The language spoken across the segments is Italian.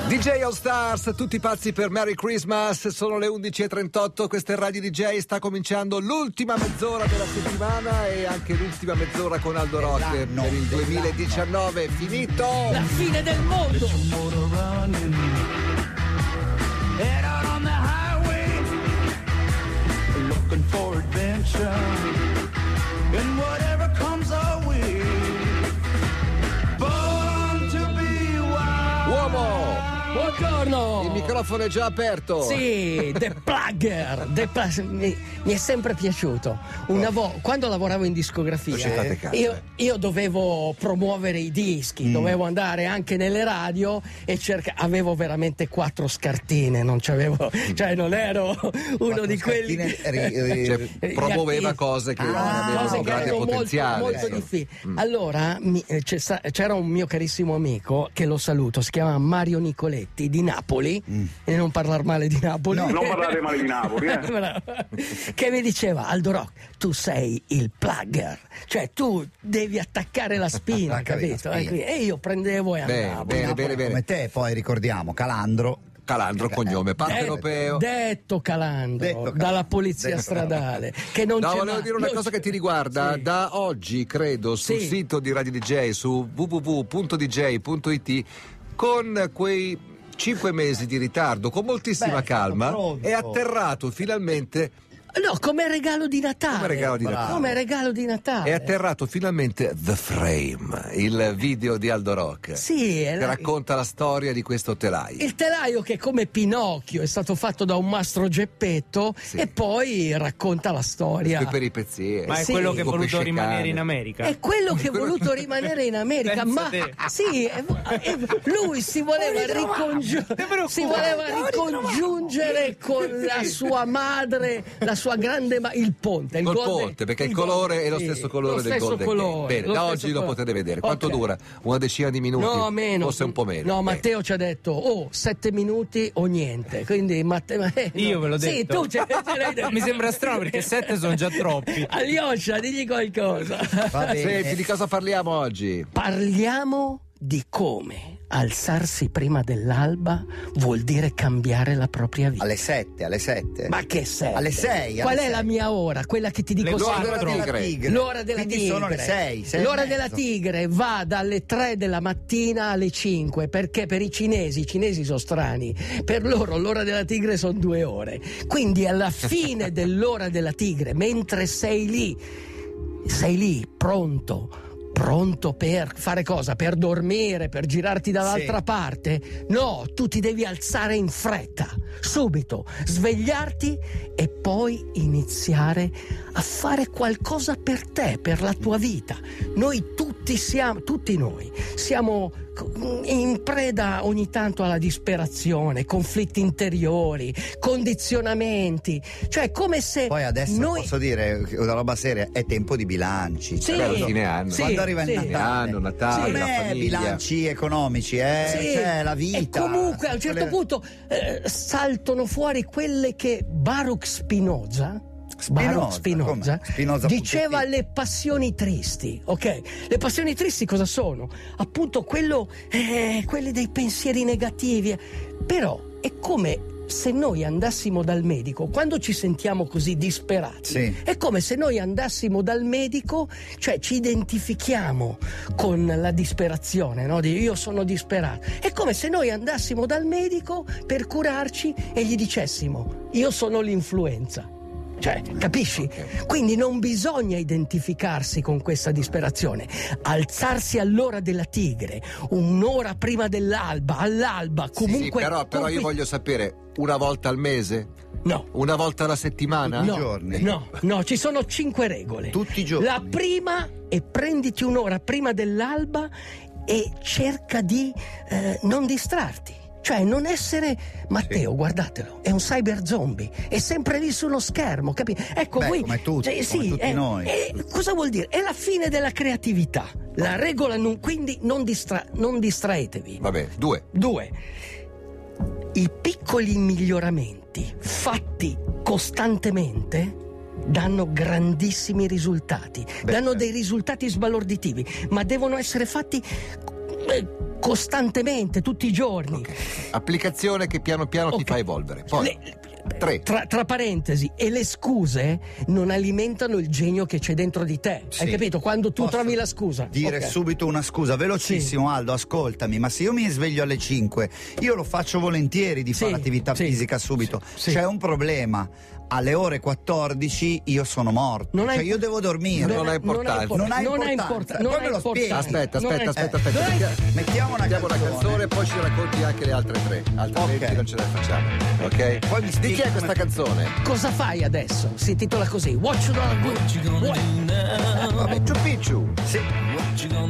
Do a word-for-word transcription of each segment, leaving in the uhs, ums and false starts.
D J All Stars, tutti pazzi per Merry Christmas. Sono le undici e trentotto, questa è Radio D J. Sta cominciando l'ultima mezz'ora della settimana e anche l'ultima mezz'ora con Aldo Rock per il duemiladiciannove. È finito! La fine del mondo! Head out on the highway, looking for adventure, and whatever comes our way, born to be wild. Uomo! Buongiorno! Il microfono è già aperto. Sì, The Plugger. The Pl- mi, mi è sempre piaciuto. Una vo- quando lavoravo in discografia, eh, io, io dovevo promuovere i dischi, mm. dovevo andare anche nelle radio e cerca- avevo veramente quattro scartine, non c'avevo, cioè non ero uno quattro di quelli che ri- cioè, promuoveva cose che ah, avevano cose un che grande erano potenziale. molto, molto Ecco. difficili. Mm. Allora mi, eh, c'è, c'era un mio carissimo amico che lo saluto, si chiama Mario Nicoletti di Napoli, mm. e non parlare male di Napoli, no, non parlare male di Napoli, eh. che mi diceva: Aldo Rock, tu sei il plugger, cioè tu devi attaccare la spina, capito? La spina. E io prendevo e Bene, andavo. bene, bene, bene. Come te, poi ricordiamo Calandro. Calandro, cognome partenopeo. Detto Calandro, Detto Calandro. dalla polizia Detto stradale. Che non No, c'è volevo mai- dire una non cosa c'è- che ti riguarda. Sì. Da oggi, credo, sul Sì. sito di Radio D J, su w w w punto d j punto i t, con quei cinque mesi di ritardo, con moltissima Beh, calma, pronto. è atterrato finalmente. No, come regalo di Natale. Come regalo di Natale. Come regalo di Natale. È atterrato finalmente The Frame, il video di Aldo Rock. Sì, è che la- racconta la storia di questo telaio. il telaio che, come Pinocchio, è stato fatto da un mastro Geppetto, Sì. e poi racconta la storia. Le peripezie. Ma è Sì. quello che è Con voluto pesce rimanere cane. in America. È quello che è voluto rimanere in America, Pensa ma te. sì, è- è- lui si voleva, ricongiu- si voleva ricongiungere con la sua madre, la sua grande ma- il ponte, il Col golden- ponte, perché il il colore golden- è lo sì, stesso colore lo del stesso Golden colore, Gate. Bene, lo da stesso oggi lo colore. potete vedere. Quanto Ok. dura? Una decina di minuti? No, meno. Forse un po' meno. No, Bene. Matteo ci ha detto, oh, sette minuti o niente. Quindi Matteo... eh, no. Io ve l'ho Sì, detto. tu ce, ce l'hai detto. Mi sembra strano perché sette sono già troppi. Alyosha, digli qualcosa. Va bene. Senti, di cosa parliamo oggi? Parliamo di come alzarsi prima dell'alba vuol dire cambiare la propria vita. Alle sette, alle sette. Ma che sei? Alle sei, Qual alle è la sei. mia ora? Quella che ti dico Le L'ora sempre. della tigre. L'ora della Quindi tigre. sono le sei, sei e L'ora mezzo. della tigre va dalle tre della mattina alle cinque, perché per i cinesi, i cinesi sono strani, per loro l'ora della tigre sono due ore. Quindi alla fine dell'ora della tigre, mentre sei lì, sei lì pronto, pronto per fare cosa? Per dormire, per girarti dall'altra Sì. parte? No, tu ti devi alzare in fretta, subito, svegliarti e poi iniziare a fare qualcosa per te, per la tua vita. Noi tutti siamo, tutti noi, siamo in preda ogni tanto alla disperazione, conflitti interiori, condizionamenti, cioè come se Poi adesso noi... posso dire una roba seria, è tempo di bilanci. Sì, Beh, fine anno. sì, Quando arriva il sì. Fine Natale, anno, Natale, non la è famiglia. bilanci economici, eh? Sì. Cioè la vita. E comunque a un certo quelle- punto eh, saltano fuori quelle che Baruch Spinoza Spinoza, Baruch Spinoza, come? Spinoza diceva punto it. le passioni tristi, ok? Le passioni tristi cosa sono? Appunto quello, eh, quelli dei pensieri negativi, però è come se noi andassimo dal medico, quando ci sentiamo così disperati, Sì. è come se noi andassimo dal medico, cioè ci identifichiamo con la disperazione, no? Di io sono disperato. È come se noi andassimo dal medico per curarci e gli dicessimo io sono l'influenza. Cioè, capisci? Quindi non bisogna identificarsi con questa disperazione. Alzarsi all'ora della tigre, un'ora prima dell'alba, all'alba, comunque... Sì, però, però io conqui- voglio sapere, una volta al mese? No. Una volta alla settimana? No, giorni? no, no, ci sono cinque regole. Tutti i giorni? La prima è prenditi un'ora prima dell'alba e cerca di eh, non distrarti. Cioè non essere Matteo, guardatelo, è un cyber zombie, è sempre lì sullo schermo, capi? Ecco, Beh, voi come tutti, cioè, come sì, tutti eh, noi. eh, cosa vuol dire? È la fine della creatività. La regola non, quindi non, distra- non distraetevi. Vabbè, due. Due, i piccoli miglioramenti fatti costantemente danno grandissimi risultati, Beh, danno certo. dei risultati sbalorditivi, ma devono essere fatti costantemente, tutti i giorni. Okay. Applicazione che piano piano Okay. ti fa evolvere. Poi Le- tre. Tra, tra parentesi, e le scuse non alimentano il genio che c'è dentro di te. Sì. Hai capito? Quando tu Posso trovi la scusa. Dire Ok. subito una scusa, velocissimo. Aldo, ascoltami, ma se io mi sveglio alle cinque, io lo faccio volentieri di Sì, fare attività sì, fisica subito. sì. C'è un problema. Alle ore quattordici io sono morto. Non cioè hai- io devo dormire. Non ha importanza. Non ha Non ha importanza. importa- Poi non me ha lo spieghi. importanza. Aspetta, Non aspetta, è- aspetta, eh, aspetta. non è- Mettiamo- Mettiamo una Mettiamo una canzone. canzone e poi ci racconti anche le altre tre. Altrimenti Ok. non ce la facciamo. Ok? Poi mi Di spieghi chi è come- questa canzone? Cosa fai adesso? Si intitola così: What you gonna do? Vabbè, Ciu Picciu. Sì. What you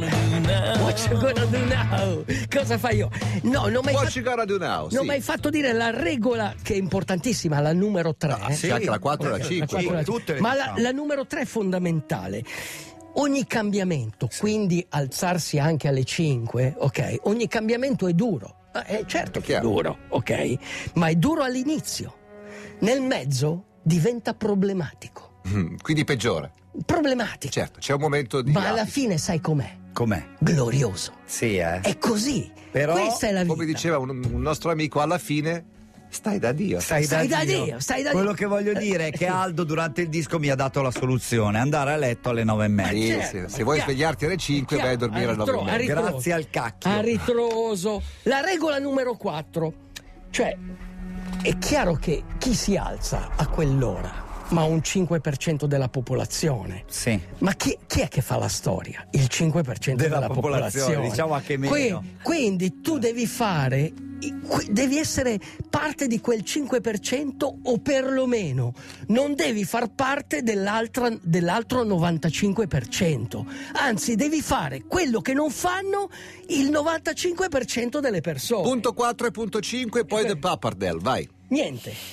gonna do now? Cosa fai io? No, non mi hai What fatto, you gonna do now? non Sì. mi hai fatto dire la regola che è importantissima, la numero tre. Ah, sì, anche la quattro e la cinque. quattro e la tutte le Ma la, diciamo. la numero tre è fondamentale. Ogni cambiamento, quindi alzarsi anche alle cinque, ok? Ogni cambiamento è duro. Eh, certo È che è chiaro. duro, ok? Ma è duro all'inizio. Nel mezzo diventa problematico. Mm, Quindi peggiore. Problematico. Certo, c'è un momento di Ma alla apice. fine sai com'è? Com'è? Glorioso. Sì, eh. È così. Però, Questa è la vita. Come diceva un, un nostro amico, alla fine stai da Dio. Stai, Stai da Dio, stai da Quello Dio. che voglio dire è che Eh, sì. Aldo durante il disco mi ha dato la soluzione: andare a letto alle nove e mezza. Sì, certo, se, se vuoi chiaro. svegliarti alle cinque vai a dormire alle nove e ritro- mezza. ritroso. Grazie al cacchio. A ritroso. La regola numero quattro. Cioè, è chiaro che chi si alza a quell'ora, ma un cinque per cento della popolazione. Sì. Ma chi, chi è che fa la storia? Il cinque per cento Della della, popolazione, popolazione. diciamo anche meno. Qui- quindi tu devi fare, devi essere parte di quel cinque per cento o perlomeno non devi far parte dell'altra, dell'altro novantacinque per cento. Anzi, devi fare quello che non fanno il novantacinque per cento delle persone. Punto quattro e punto cinque, poi Eh, The Pappardelle, vai. Niente.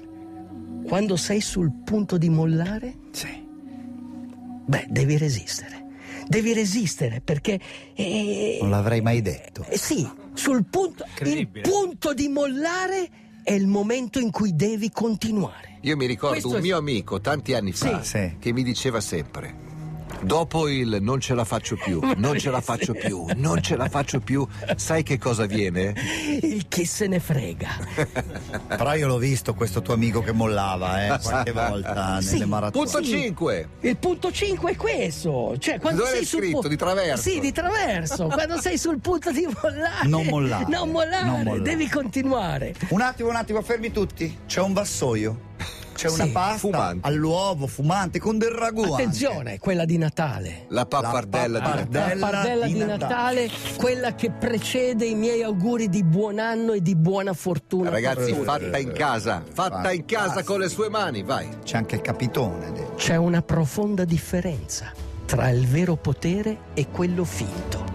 Quando sei sul punto di mollare, Sì. beh, devi resistere. Devi resistere perché eh, Non l'avrei mai detto. eh, sì, sul punto il Incredibile. punto di mollare è il momento in cui devi continuare. Io mi ricordo Questo un è- mio amico tanti anni fa Sì, sì. che mi diceva sempre: dopo il non ce la faccio più, non ce la faccio più, non ce la faccio più, sai che cosa viene? Il chi se ne frega. Però io l'ho visto questo tuo amico che mollava, eh, qualche volta Sì, nelle maratone. Punto Sì. cinque. Il punto cinque è questo, cioè quando Dove sei è sul scritto? pu- Di traverso? Sì, di traverso. Quando sei sul punto di mollare, Non mollare, non mollare, non mollare. devi continuare. Un attimo, un attimo, fermi tutti. C'è un vassoio. C'è una Sì, pasta fumante. all'uovo fumante con del ragù. anche. Attenzione, quella di Natale. La pappardella, La di pappardella. Natale. La pardella di di Natale. Natale, quella che precede i miei auguri di buon anno e di buona fortuna. Ragazzi, per tutti. fatta in casa, fatta in casa con le sue mani, vai. C'è anche il capitone dentro. C'è una profonda differenza tra il vero potere e quello finto.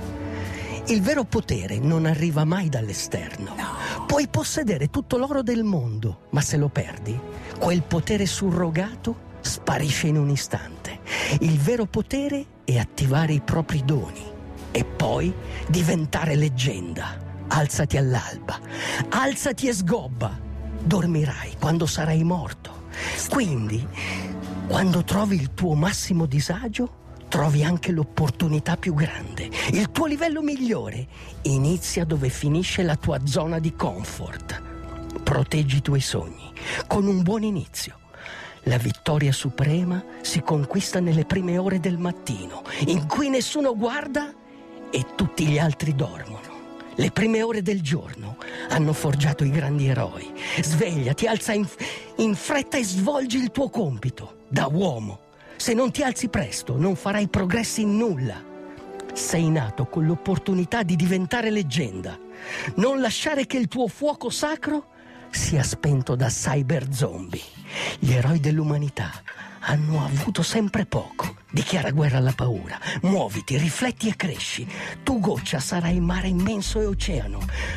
Il vero potere non arriva mai dall'esterno. Puoi possedere tutto l'oro del mondo, ma se lo perdi, quel potere surrogato sparisce in un istante. Il vero potere è attivare i propri doni e poi diventare leggenda. Alzati all'alba, alzati e sgobba. Dormirai quando sarai morto. Quindi, quando trovi il tuo massimo disagio, trovi anche l'opportunità più grande. Il tuo livello migliore inizia dove finisce la tua zona di comfort. Proteggi i tuoi sogni con un buon inizio. La vittoria suprema si conquista nelle prime ore del mattino, in cui nessuno guarda e tutti gli altri dormono. Le prime ore del giorno hanno forgiato i grandi eroi. Svegliati, alza in, in fretta e svolgi il tuo compito da uomo. Se non ti alzi presto, non farai progressi in nulla. Sei nato con l'opportunità di diventare leggenda. Non lasciare che il tuo fuoco sacro sia spento da cyber zombie. Gli eroi dell'umanità hanno avuto sempre poco. Dichiara guerra alla paura. Muoviti, rifletti e cresci. Tu, goccia, sarai mare immenso e oceano.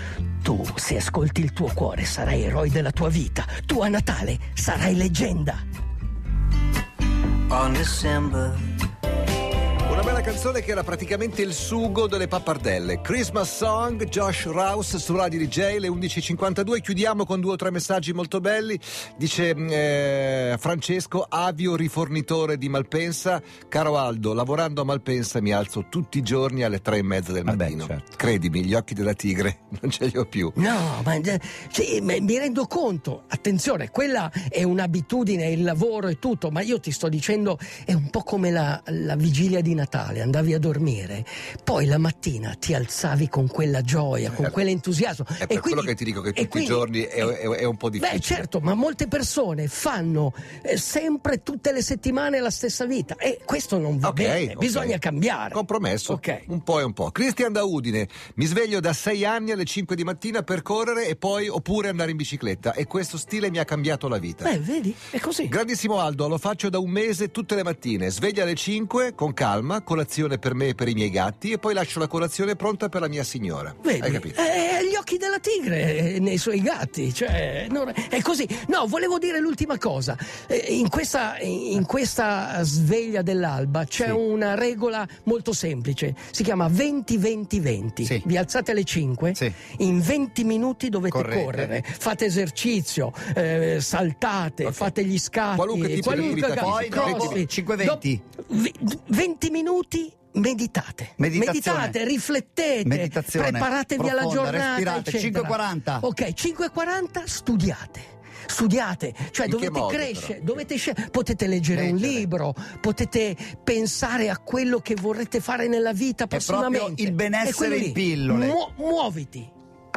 Tu, se ascolti il tuo cuore, sarai eroe della tua vita. Tu, a Natale, sarai leggenda. On December Una bella canzone che era praticamente il sugo delle pappardelle. Christmas Song, Josh Rouse su Radio D J, le undici e cinquantadue. Chiudiamo con due o tre messaggi molto belli. Dice eh, Francesco, avio rifornitore di Malpensa. Caro Aldo, lavorando a Malpensa mi alzo tutti i giorni alle tre e mezza del mattino. Vabbè, certo. Credimi, gli occhi della tigre non ce li ho più. No, ma sì, mi rendo conto, attenzione, quella è un'abitudine, il lavoro e tutto, ma io ti sto dicendo, è un po' come la, la vigilia di Natale, andavi a dormire, poi la mattina ti alzavi con quella gioia, con quell'entusiasmo. È per e quindi, quello che ti dico che tutti quindi, i giorni è, è, è un po' difficile. Beh, certo, ma molte persone fanno eh, sempre, tutte le settimane la stessa vita e questo non va Okay, bene, okay. bisogna cambiare. Compromesso, Ok. un po' e un po'. Cristian da Udine, mi sveglio da sei anni alle cinque di mattina per correre e poi oppure andare in bicicletta e questo stile mi ha cambiato la vita. Beh, vedi, è così. Grandissimo Aldo, lo faccio da un mese tutte le mattine, sveglia alle cinque con calma, colazione per me e per i miei gatti e poi lascio la colazione pronta per la mia signora. Vedi, Hai capito? eh, gli occhi della tigre eh, nei suoi gatti, cioè non- è così. No, volevo dire l'ultima cosa. Eh, in questa, in questa sveglia dell'alba c'è Sì. una regola molto semplice, si chiama venti venti venti. Sì. Vi alzate alle cinque, Sì. in venti minuti dovete Correte. correre, fate esercizio, eh, saltate, Ok. fate gli scatti, Qualunque tipo di attività cosa- fisica. Poi dopo crossfit. cinque venti. Dopo- ve- venti minuti. Meditate, Meditazione. meditate, riflettete, Meditazione preparatevi alla profonda, giornata, respirate. eccetera. cinque e quaranta. Ok, cinque e quaranta studiate. Studiate, cioè In che dovete modo, crescere, però? dovete sce- potete leggere, un Leggere. libro, potete pensare a quello che vorrete fare nella vita prossimamente. proprio il benessere È quello in lì. pillole. Muo- muoviti,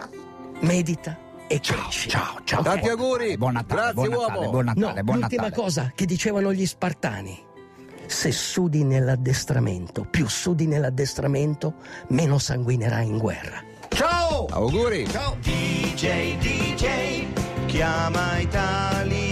medita e cresci. Ciao, ciao. Tanti auguri. Buon Natale, Grazie buon Natale, uomo. buon Natale, No, buon l'ultima Natale. cosa che dicevano gli Spartani: se sudi nell'addestramento, più sudi nell'addestramento, meno sanguinerai in guerra. Ciao! Auguri. Ciao! D J, D J, chiama Italia.